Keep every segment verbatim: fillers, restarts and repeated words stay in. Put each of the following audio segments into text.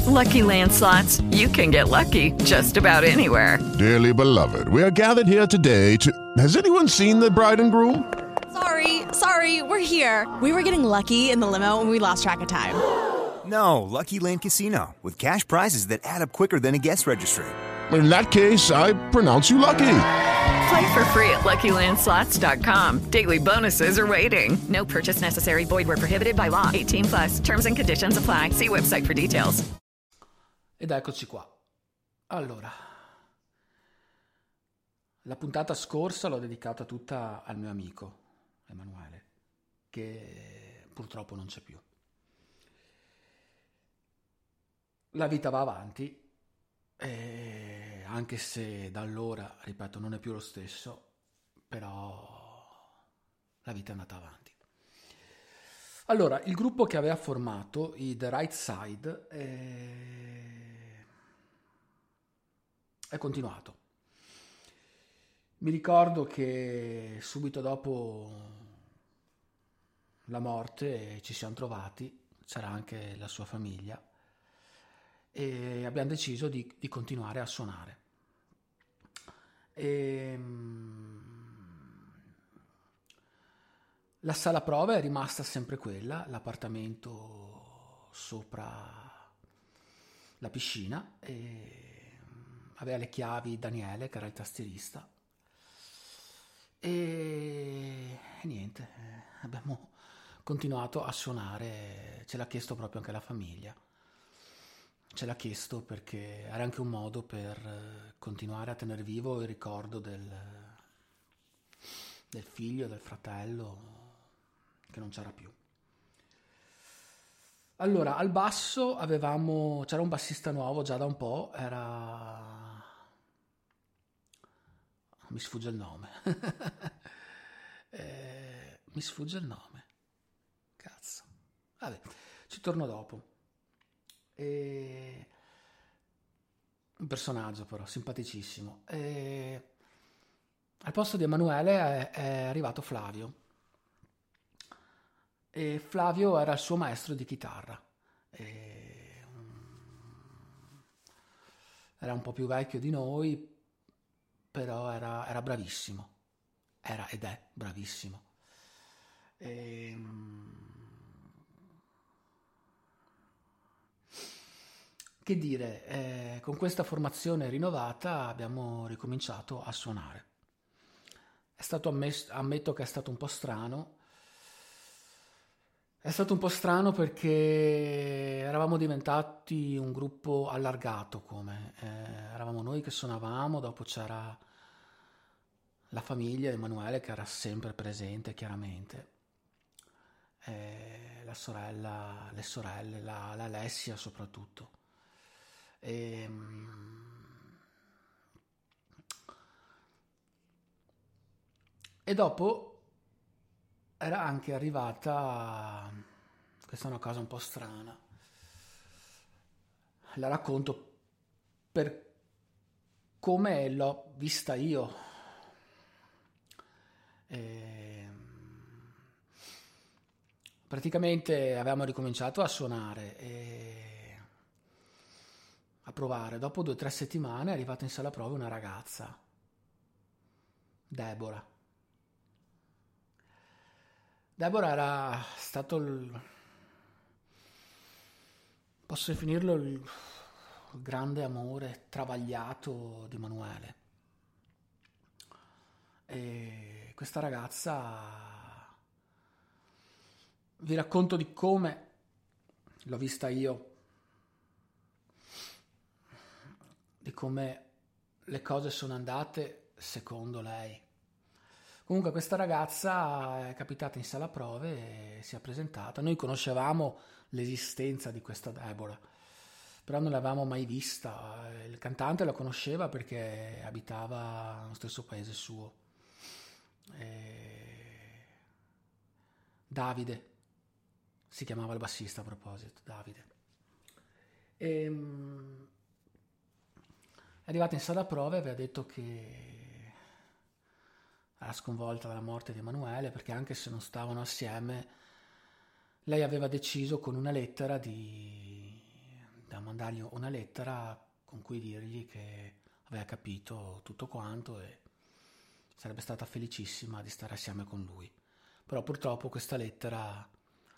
Lucky Land Slots, you can get lucky just about anywhere. Dearly beloved, we are gathered here today to... Has anyone seen the bride and groom? Sorry, sorry, we're here. We were getting lucky in the limo and we lost track of time. No, Lucky Land Casino, with cash prizes that add up quicker than a guest registry. In that case, I pronounce you lucky. Play for free at Lucky Land Slots dot com. Daily bonuses are waiting. No purchase necessary. Void where prohibited by law. eighteen plus. Terms and conditions apply. See website for details. Ed eccoci qua. Allora, la puntata scorsa l'ho dedicata tutta al mio amico Emanuele, che purtroppo non c'è più. La vita va avanti. E anche se da allora, ripeto, non è più lo stesso, però la vita è andata avanti. Allora, il gruppo che aveva formato, i The Right Side, è, è continuato. Mi ricordo che subito dopo la morte ci siamo trovati, c'era anche la sua famiglia, e abbiamo deciso di, di continuare a suonare. E, la sala prova è rimasta sempre quella, l'appartamento sopra la piscina, e aveva le chiavi Daniele, che era il tastierista, e, e niente, abbiamo continuato a suonare, ce l'ha chiesto proprio anche la famiglia. Ce l'ha chiesto perché era anche un modo per continuare a tenere vivo il ricordo del, del figlio, del fratello, che non c'era più. Allora, al basso avevamo, c'era un bassista nuovo già da un po', era... mi sfugge il nome. eh, mi sfugge il nome. Cazzo. Vabbè, ci torno dopo. E... un personaggio però simpaticissimo. E... al posto di Emanuele è, è arrivato Flavio, e Flavio era il suo maestro di chitarra, e... era un po' più vecchio di noi, però era, era bravissimo, era ed è bravissimo. E... Che dire, eh, con questa formazione rinnovata abbiamo ricominciato a suonare. È stato ammesso, ammetto che è stato un po' strano. È stato un po' strano perché eravamo diventati un gruppo allargato, come eh, eravamo noi che suonavamo, dopo c'era la famiglia di Emanuele che era sempre presente, chiaramente. Eh, la sorella, le sorelle, la, la Alessia soprattutto. E, e dopo era anche arrivata, questa è una cosa un po' strana, la racconto per come l'ho vista io. E, praticamente avevamo ricominciato a suonare e a provare. Dopo due o tre settimane è arrivata in sala prove una ragazza, Deborah. Deborah era stato il, posso definirlo il, il grande amore travagliato di Emanuele. E questa ragazza, vi racconto di come l'ho vista io, di come le cose sono andate secondo lei. Comunque questa ragazza è capitata in sala prove e si è presentata. Noi conoscevamo l'esistenza di questa Deborah, però non l'avevamo mai vista. Il cantante la conosceva perché abitava nello stesso paese suo. E... Davide si chiamava il bassista, a proposito, Davide. E... è arrivata in sala prove e aveva detto che era sconvolta dalla morte di Emanuele, perché anche se non stavano assieme, lei aveva deciso con una lettera di, da mandargli una lettera con cui dirgli che aveva capito tutto quanto e sarebbe stata felicissima di stare assieme con lui. Però purtroppo questa lettera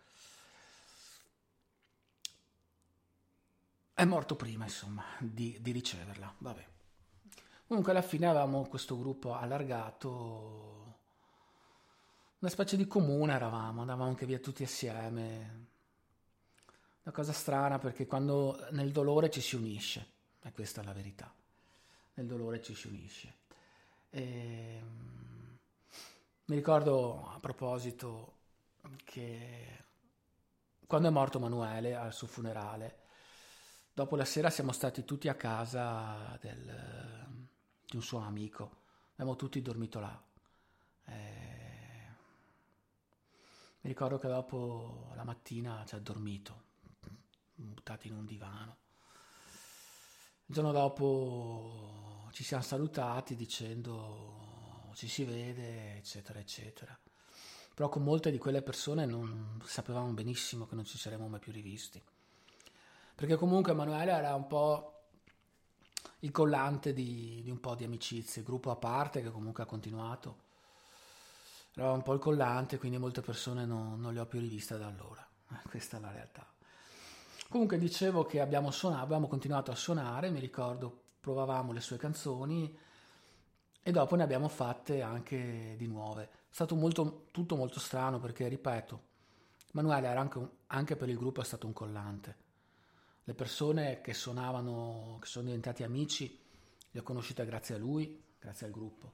è morto prima, insomma, di, di riceverla. Vabbè. Comunque alla fine avevamo questo gruppo allargato, una specie di comune eravamo, andavamo anche via tutti assieme. Una cosa strana, perché quando nel dolore ci si unisce, e questa è la verità, nel dolore ci si unisce. E, mi ricordo a proposito che quando è morto Emanuele al suo funerale, dopo la sera siamo stati tutti a casa del, di un suo amico, abbiamo tutti dormito là. E, mi ricordo che dopo la mattina ci ha dormito, buttati in un divano. Il giorno dopo ci siamo salutati dicendo ci si vede, eccetera, eccetera. Però con molte di quelle persone non sapevamo benissimo che non ci saremmo mai più rivisti. Perché comunque Emanuele era un po' il collante di, di un po' di amicizie, gruppo a parte che comunque ha continuato. Era un po' il collante, quindi molte persone non, non le ho più riviste da allora. Questa è la realtà. Comunque dicevo che abbiamo suonato, abbiamo continuato a suonare, mi ricordo, provavamo le sue canzoni e dopo ne abbiamo fatte anche di nuove. È stato molto, tutto molto strano perché, ripeto, Emanuele era anche, un, anche per il gruppo è stato un collante. Le persone che suonavano, che sono diventati amici, le ho conosciute grazie a lui, grazie al gruppo.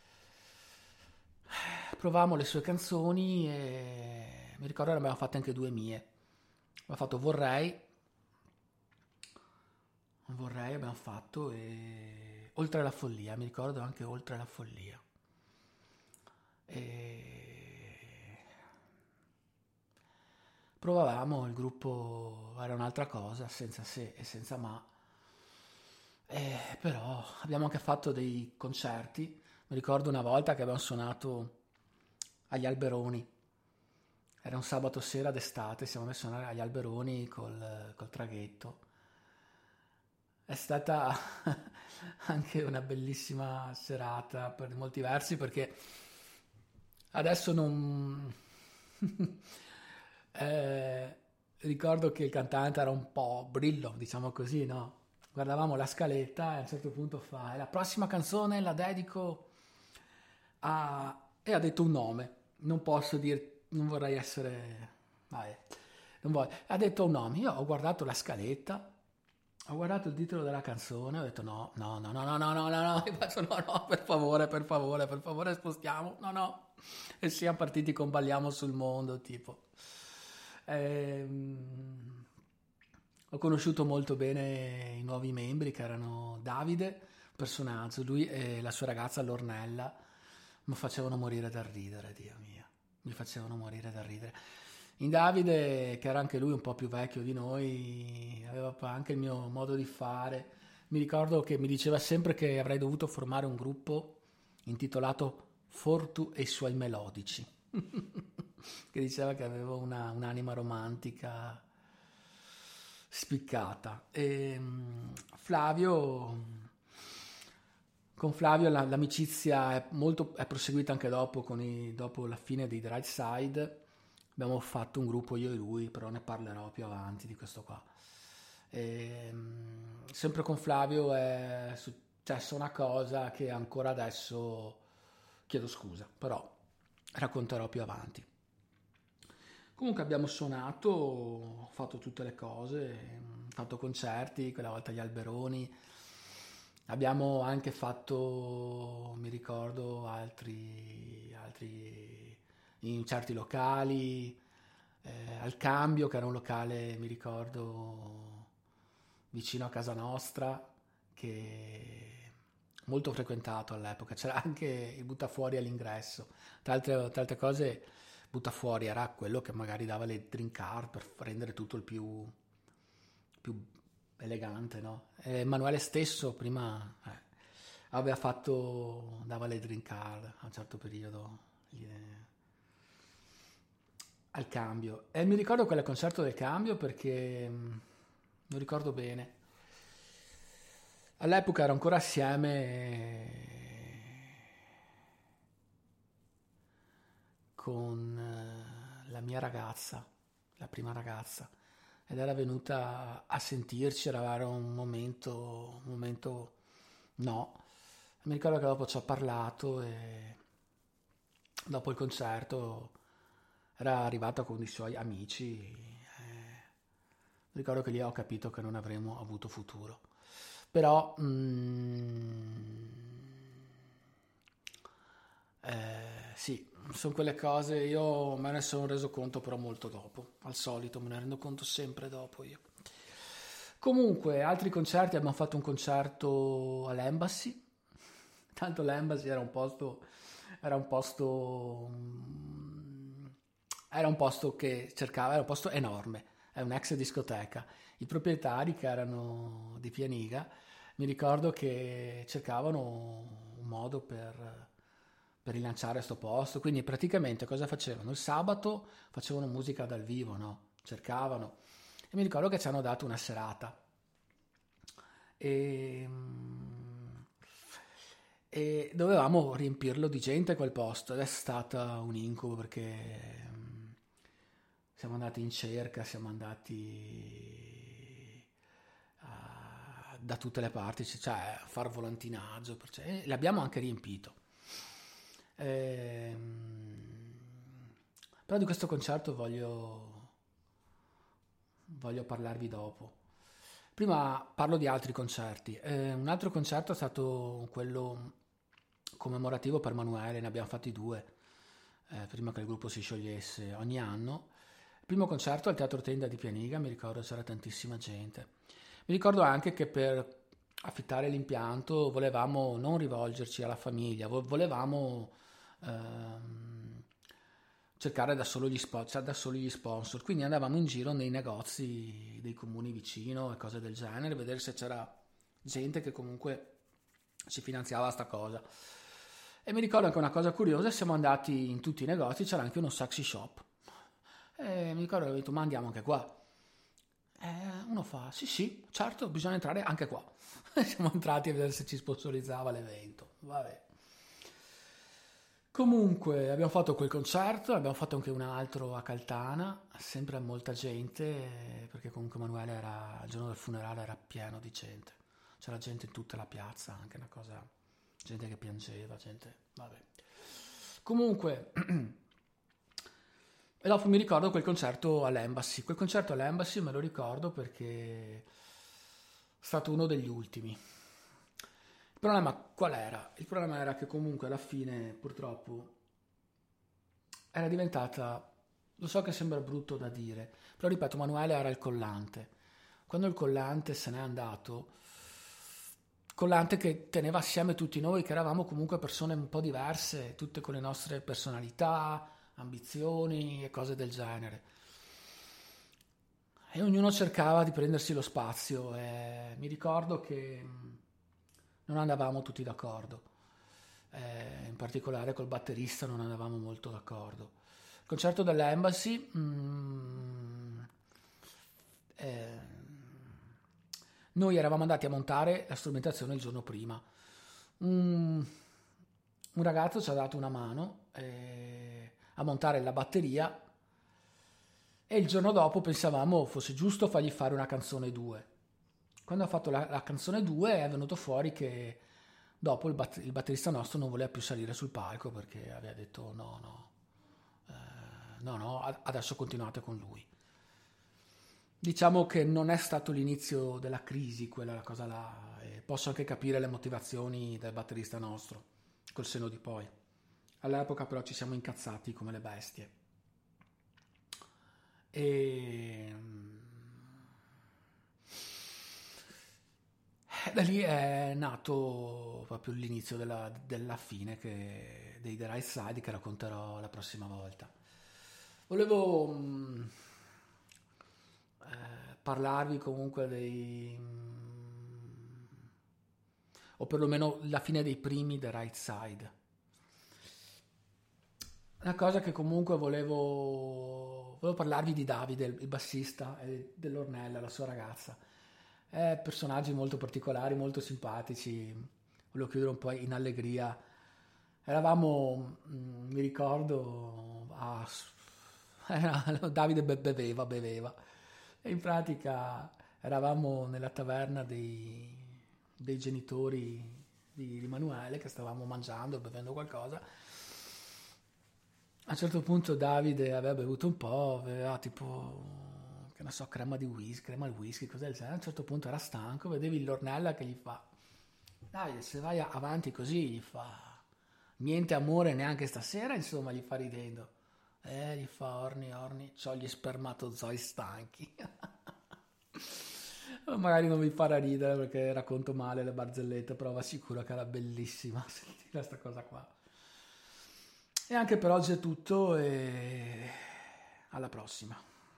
Provavamo le sue canzoni e mi ricordo ne abbiamo fatte anche due mie. Abbiamo fatto Vorrei, Vorrei abbiamo fatto e Oltre la follia, mi ricordo anche Oltre la follia. E provavamo, il gruppo era un'altra cosa, senza se e senza ma, e però abbiamo anche fatto dei concerti. Mi ricordo una volta che abbiamo suonato agli Alberoni. Era un sabato sera d'estate, siamo messi a suonare agli Alberoni col, col traghetto. È stata anche una bellissima serata per molti versi, perché adesso non... eh, ricordo che il cantante era un po' brillo, diciamo così, no? Guardavamo la scaletta e a un certo punto fa la prossima canzone la dedico a... e ha detto un nome. Non posso dire, non vorrei essere... Vabbè, non voglio. Ha detto un nome, io ho guardato la scaletta, ho guardato il titolo della canzone, ho detto no, no, no, no, no, no, no, no, no, io faccio no, no, per favore, per favore, per favore spostiamo, no, no, e siamo partiti con Balliamo sul mondo, tipo. Ehm, ho conosciuto molto bene i nuovi membri, che erano Davide, personaggio, lui e la sua ragazza Lornella, mi facevano morire dal ridere, Dio mio, mi facevano morire dal ridere. In Davide, che era anche lui un po' più vecchio di noi, aveva anche il mio modo di fare. Mi ricordo che mi diceva sempre che avrei dovuto formare un gruppo intitolato Fortu e i suoi melodici, che diceva che avevo una, un'anima romantica spiccata. E Flavio, con Flavio la, l'amicizia è, molto, è proseguita anche dopo, con i, dopo la fine dei Dry Side. Abbiamo fatto un gruppo io e lui, però ne parlerò più avanti di questo qua. E, sempre con Flavio è successa una cosa che ancora adesso chiedo scusa, però racconterò più avanti. Comunque abbiamo suonato, fatto tutte le cose, fatto concerti, quella volta agli Alberoni. Abbiamo anche fatto, mi ricordo, altri... altri in certi locali, eh, al Cambio, che era un locale, mi ricordo, vicino a casa nostra, che molto frequentato all'epoca. C'era anche il buttafuori all'ingresso. Tra altre, tra altre cose, buttafuori era quello che magari dava le drink card per rendere tutto il più, più elegante, no? E Emanuele stesso prima eh, aveva fatto, dava le drink card a un certo periodo al Cambio. E mi ricordo quel concerto del Cambio perché lo ricordo bene. All'epoca ero ancora assieme con eh, la mia ragazza, la prima ragazza, ed era venuta a sentirci, era un momento, un momento no. Mi ricordo che dopo ci ho parlato e dopo il concerto era arrivata con i suoi amici. E ricordo che lì ho capito che non avremmo avuto futuro. Però mm, eh, sì, sono quelle cose, io me ne sono reso conto però molto dopo, al solito me ne rendo conto sempre dopo io. Comunque, altri concerti, abbiamo fatto un concerto all'Embassy, tanto l'Embassy era un posto, era un posto, era un posto che cercava, era un posto enorme, è un'ex discoteca. I proprietari, che erano di Pianiga, mi ricordo che cercavano un modo per, per rilanciare questo posto, quindi praticamente cosa facevano? Il sabato facevano musica dal vivo, no? Cercavano, e mi ricordo che ci hanno dato una serata e, e dovevamo riempirlo di gente quel posto, ed è stata un incubo perché siamo andati in cerca, siamo andati da tutte le parti, cioè far volantinaggio, perché l'abbiamo anche riempito. Ehm, però di questo concerto voglio voglio parlarvi dopo. Prima parlo di altri concerti. Eh, un altro concerto è stato quello commemorativo per Manuele, ne abbiamo fatti due eh, prima che il gruppo si sciogliesse ogni anno. Il primo concerto al Teatro Tenda di Pianiga, mi ricordo c'era tantissima gente. Mi ricordo anche che per affittare l'impianto volevamo non rivolgerci alla famiglia, volevamo ehm, cercare da, solo gli spo- cioè da soli gli sponsor, quindi andavamo in giro nei negozi dei comuni vicino e cose del genere, vedere se c'era gente che comunque si finanziava sta cosa. E mi ricordo anche una cosa curiosa, siamo andati in tutti i negozi, c'era anche uno Saxy Shop, e mi ricordo che ho detto ma andiamo anche qua. Eh, uno fa, sì sì, certo, bisogna entrare anche qua. Siamo entrati a vedere se ci sponsorizzava l'evento. Vabbè. Comunque abbiamo fatto quel concerto, abbiamo fatto anche un altro a Caltana, sempre molta gente, perché comunque Emanuele era, il giorno del funerale era pieno di gente. C'era gente in tutta la piazza, anche una cosa, gente che piangeva, gente, vabbè. Comunque... E dopo mi ricordo quel concerto all'Embassy. Quel concerto all'Embassy me lo ricordo perché è stato uno degli ultimi. Il problema qual era? Il problema era che comunque alla fine, purtroppo, era diventata... Lo so che sembra brutto da dire, però ripeto, Manuele era il collante. Quando il collante se n'è andato, collante che teneva assieme tutti noi, che eravamo comunque persone un po' diverse, tutte con le nostre personalità, ambizioni e cose del genere, e ognuno cercava di prendersi lo spazio, e mi ricordo che non andavamo tutti d'accordo, eh, in particolare col batterista non andavamo molto d'accordo. Il concerto dell'Embassy mm, eh, noi eravamo andati a montare la strumentazione il giorno prima, un, un ragazzo ci ha dato una mano eh, a montare la batteria, e il giorno dopo pensavamo fosse giusto fargli fare una canzone due. Quando ha fatto la, la canzone due è venuto fuori che dopo il, bat- il batterista nostro non voleva più salire sul palco perché aveva detto no no eh, no no adesso continuate con lui. Diciamo che non è stato l'inizio della crisi quella la cosa là, e posso anche capire le motivazioni del batterista nostro col senno di poi. All'epoca però ci siamo incazzati come le bestie. E da lì è nato proprio l'inizio della, della fine che, dei The Right Side, che racconterò la prossima volta. Volevo mh, eh, parlarvi comunque dei... Mh, o perlomeno la fine dei primi The Right Side. Una cosa che comunque volevo, volevo parlarvi di Davide, il bassista, e dell'Ornella, la sua ragazza. eh, personaggi molto particolari, molto simpatici. Volevo chiudere un po' in allegria. Eravamo, mh, mi ricordo, a, era, Davide beveva, beveva, e in pratica eravamo nella taverna dei, dei genitori di, di Emanuele, che stavamo mangiando, bevendo qualcosa. A un certo punto Davide aveva bevuto un po', aveva tipo, che ne so, crema di whisky, crema di whisky, cos'è il genere. A un certo punto era stanco, vedevi l'Ornella che gli fa: Davide, se vai avanti così, gli fa, niente amore neanche stasera, insomma, gli fa ridendo. Eh, gli fa: Orni, Orni, c'ho gli spermatozoi stanchi. Magari non vi farà ridere perché racconto male le barzellette, però va sicuro che era bellissima sentire questa cosa qua. E anche per oggi è tutto e alla prossima.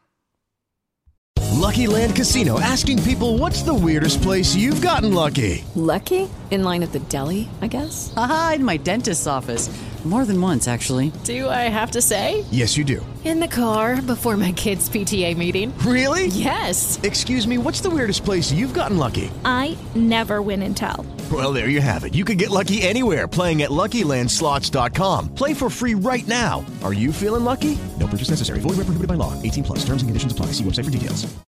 Lucky Land Casino, asking people, what's the weirdest place you've gotten lucky? Lucky? In line at the deli, I guess? Aha, in my dentist's office. More than once, actually. Do I have to say? Yes, you do. In the car before my kids' P T A meeting. Really? Yes. Excuse me, what's the weirdest place you've gotten lucky? I never win and tell. Well, there you have it. You can get lucky anywhere, playing at Lucky Land Slots dot com. Play for free right now. Are you feeling lucky? No purchase necessary. Void where prohibited by law. eighteen plus. Terms and conditions apply. See website for details.